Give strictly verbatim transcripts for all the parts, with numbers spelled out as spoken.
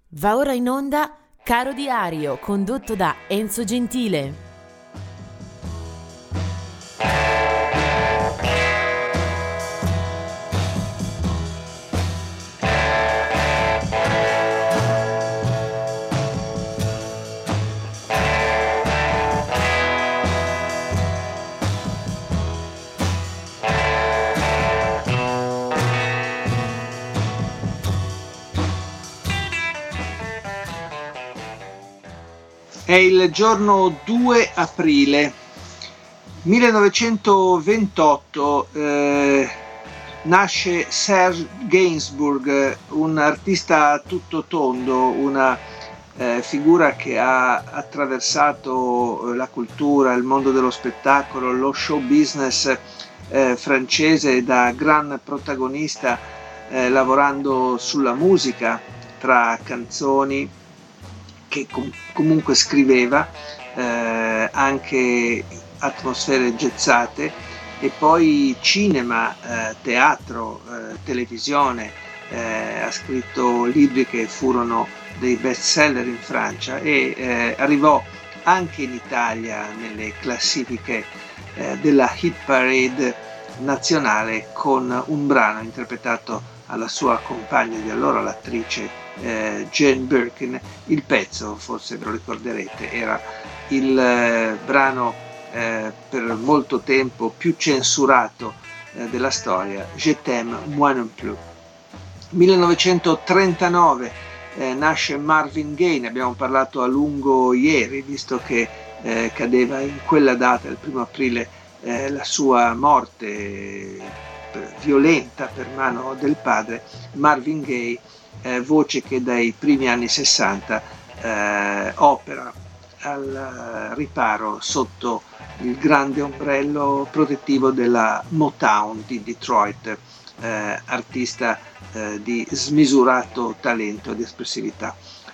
Va ora in onda Caro Diario, condotto da Enzo Gentile. È il giorno due aprile millenovecentoventotto, eh, nasce Serge Gainsbourg, un artista a tutto tondo, una eh, figura che ha attraversato la cultura, il mondo dello spettacolo, lo show business eh, francese da gran protagonista, eh, lavorando sulla musica tra canzoni che com- comunque scriveva, eh, anche atmosfere jazzate, e poi cinema, eh, teatro, eh, televisione, eh, ha scritto libri che furono dei best seller in Francia e eh, arrivò anche in Italia nelle classifiche eh, della hit parade nazionale con un brano interpretato alla sua compagna di allora, l'attrice eh, Jane Birkin. Il pezzo, forse ve lo ricorderete, era il eh, brano eh, per molto tempo più censurato eh, della storia, Je t'aime, moi non plus. millenovecentotrentanove eh, nasce Marvin Gaye, ne abbiamo parlato a lungo ieri, visto che eh, cadeva in quella data, il primo aprile, eh, la sua morte eh, violenta per mano del padre. Marvin Gaye, eh, voce che dai primi anni sessanta eh, opera al riparo sotto il grande ombrello protettivo della Motown di Detroit, eh, artista eh, di smisurato talento ed espressività.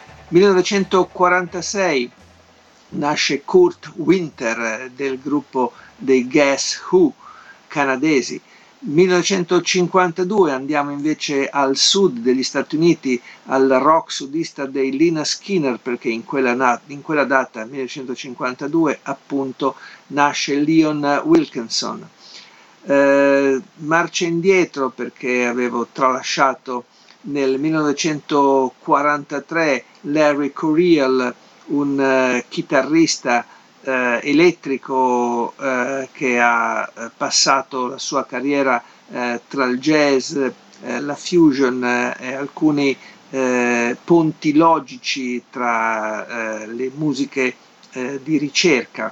millenovecentoquarantasei nasce Kurt Winter del gruppo dei Guess Who canadesi. millenovecentocinquantadue andiamo invece al sud degli Stati Uniti, al rock sudista dei Lynyrd Skynyrd, perché in quella, in quella data, millenovecentocinquantadue, appunto, nasce Leon Wilkinson. Eh, marcia indietro perché avevo tralasciato nel millenovecentoquarantatré Larry Coryell, un uh, chitarrista uh, elettrico uh, che ha uh, passato la sua carriera uh, tra il jazz, uh, la fusion uh, e alcuni uh, ponti logici tra uh, le musiche uh, di ricerca.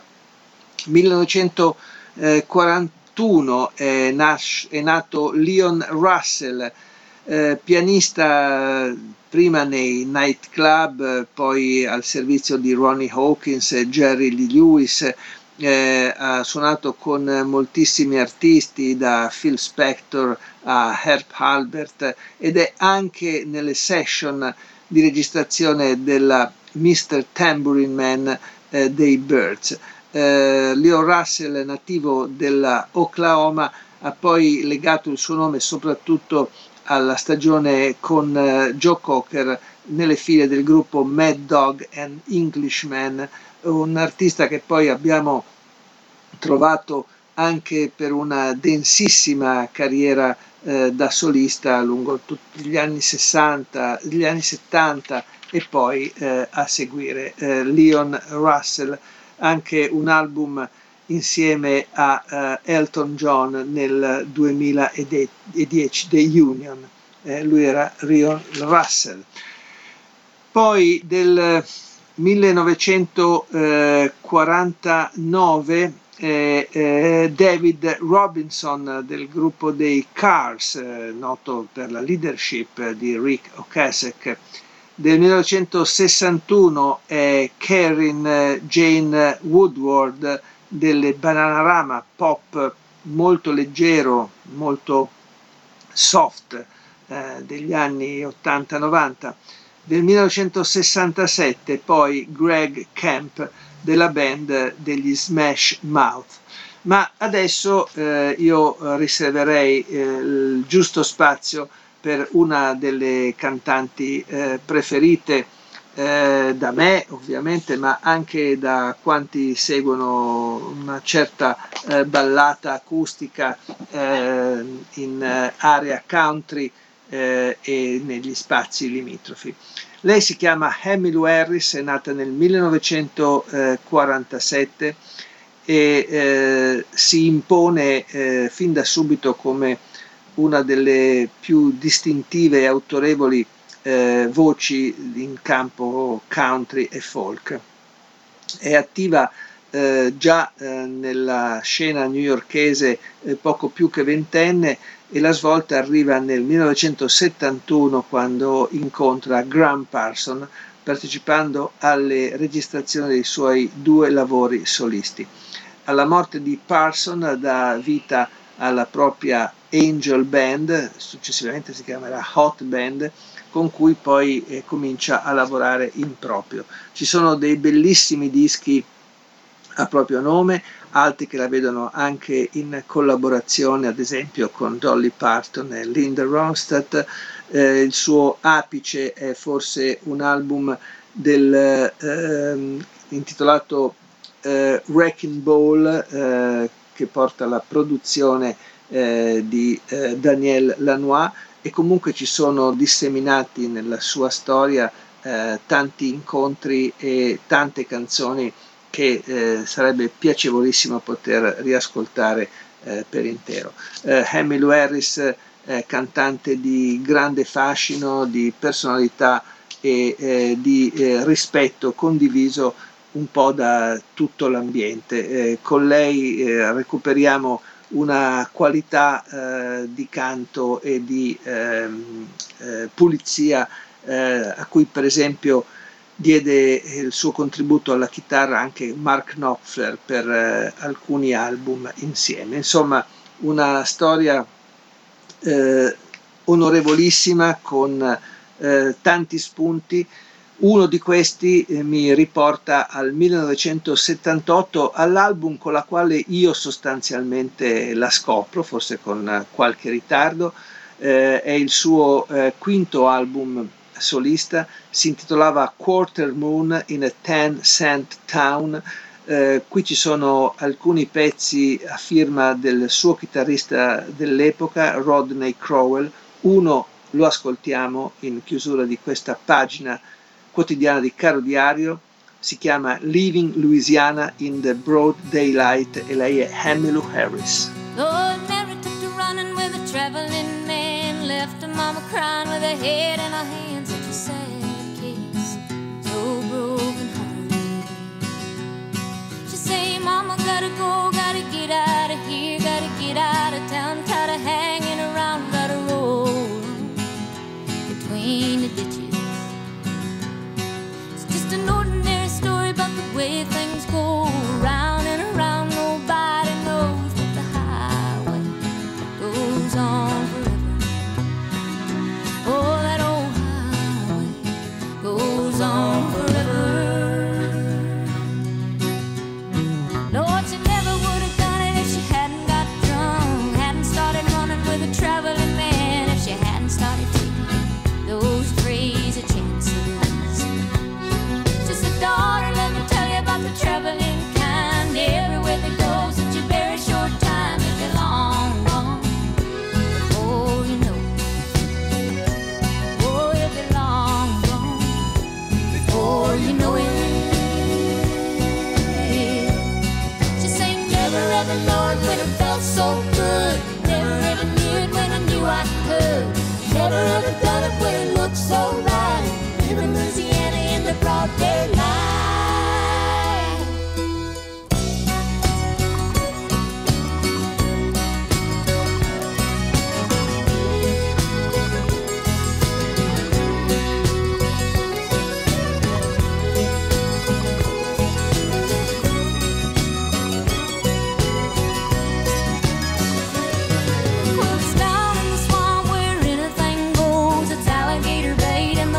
millenovecentoquarantuno è, nas- è nato Leon Russell, eh, pianista prima nei nightclub, poi al servizio di Ronnie Hawkins e Jerry Lee Lewis. Eh, ha suonato con moltissimi artisti, da Phil Spector a Herb Alpert, ed è anche nelle session di registrazione della mister Tambourine Man eh, dei Byrds. Eh, Leon Russell, nativo della Oklahoma, ha poi legato il suo nome soprattutto alla stagione con uh, Joe Cocker nelle file del gruppo Mad Dog and Englishman, un artista che poi abbiamo trovato anche per una densissima carriera eh, da solista lungo tutti gli anni sessanta, gli anni settanta e poi eh, a seguire eh, Leon Russell, anche un album insieme a uh, Elton John nel duemiladieci, The Union. Eh, lui era Leon Russell. Poi del millenovecentoquarantanove eh, eh, David Robinson del gruppo dei Cars, eh, noto per la leadership di Rick Ocasek. Del millenovecentosessantuno è Karen Jane Woodward delle Bananarama, pop molto leggero, molto soft eh, degli anni ottanta novanta. Del millenovecentosessantasette poi Greg Kemp della band degli Smash Mouth. Ma adesso eh, io riserverei eh, il giusto spazio per una delle cantanti eh, preferite eh, da me ovviamente, ma anche da quanti seguono una certa eh, ballata acustica eh, in eh, area country eh, e negli spazi limitrofi. Lei si chiama Emmylou Harris, è nata nel millenovecentoquarantasette e eh, si impone eh, fin da subito come una delle più distintive e autorevoli eh, voci in campo country e folk. È attiva eh, già eh, nella scena newyorkese eh, poco più che ventenne, e la svolta arriva nel millenovecentosettantuno, quando incontra Graham Parsons partecipando alle registrazioni dei suoi due lavori solisti. Alla morte di Parsons dà vita alla propria Angel Band, successivamente si chiamerà Hot Band, con cui poi eh, comincia a lavorare in proprio. Ci sono dei bellissimi dischi a proprio nome, altri che la vedono anche in collaborazione, ad esempio con Dolly Parton e Linda Ronstadt. Eh, il suo apice è forse un album del, eh, intitolato eh, Wrecking Ball, eh, che porta alla produzione eh, di eh, Daniel Lanois, e comunque ci sono disseminati nella sua storia eh, tanti incontri e tante canzoni che eh, sarebbe piacevolissimo poter riascoltare eh, per intero. Eh, Emmylou Harris, eh, cantante di grande fascino, di personalità e eh, di eh, rispetto condiviso un po' da tutto l'ambiente. Eh, con lei eh, recuperiamo una qualità eh, di canto e di ehm, eh, pulizia eh, a cui per esempio diede il suo contributo alla chitarra anche Mark Knopfler per eh, alcuni album insieme. Insomma, una storia eh, onorevolissima con eh, tanti spunti. Uno di questi eh, mi riporta al millenovecentosettantotto, all'album con la quale io sostanzialmente la scopro, forse con eh, qualche ritardo. Eh, è il suo eh, quinto album solista, si intitolava Quarter Moon in a Ten Cent Town. Eh, qui ci sono alcuni pezzi a firma del suo chitarrista dell'epoca, Rodney Crowell. Uno lo ascoltiamo in chiusura di questa pagina quotidiana di Caro Diario, si chiama Leaving Louisiana in the Broad Daylight e lei è Emmylou Harris. Lord Mary took to running with a traveling man, left her mama crying with her head in her hands. Such a sad case, so broken hearted. She say, Mama, gotta go, gotta get out of here, gotta get out of town, tired of hanging around, gotta roll between the ditches. It's just an ordinary story about the way things go round and around. Nobody knows what the highway goes on forever. Oh, that old highway goes on forever. Lord, she never would have done it if she hadn't got drunk, hadn't started running with a traveling man, if she hadn't started taking those crazy chances. She said, daughter, let me tell you about the traveling kind. Everywhere they go, such a very short time, if they're long gone before you know it. Oh, if they're long gone before you know it. She sang, never ever Lord when it felt so good, never ever knew it when I knew I could, never ever done it when it looked so right, living Louisiana in the broad daylight. Well, it's down in the swamp where anything goes. It's alligator bait and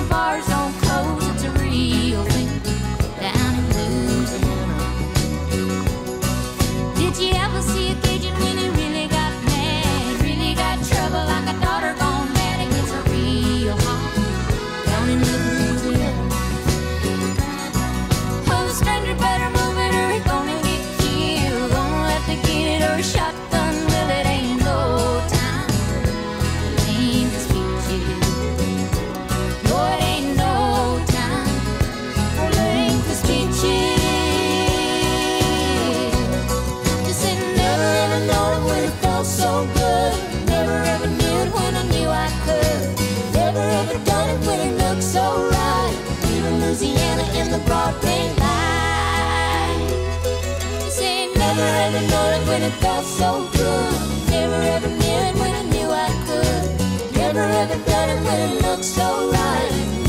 Louisiana in the broad daylight. You say never ever know it when it felt so good. Never ever knew it when I knew I could. Never ever done it when it looked so right.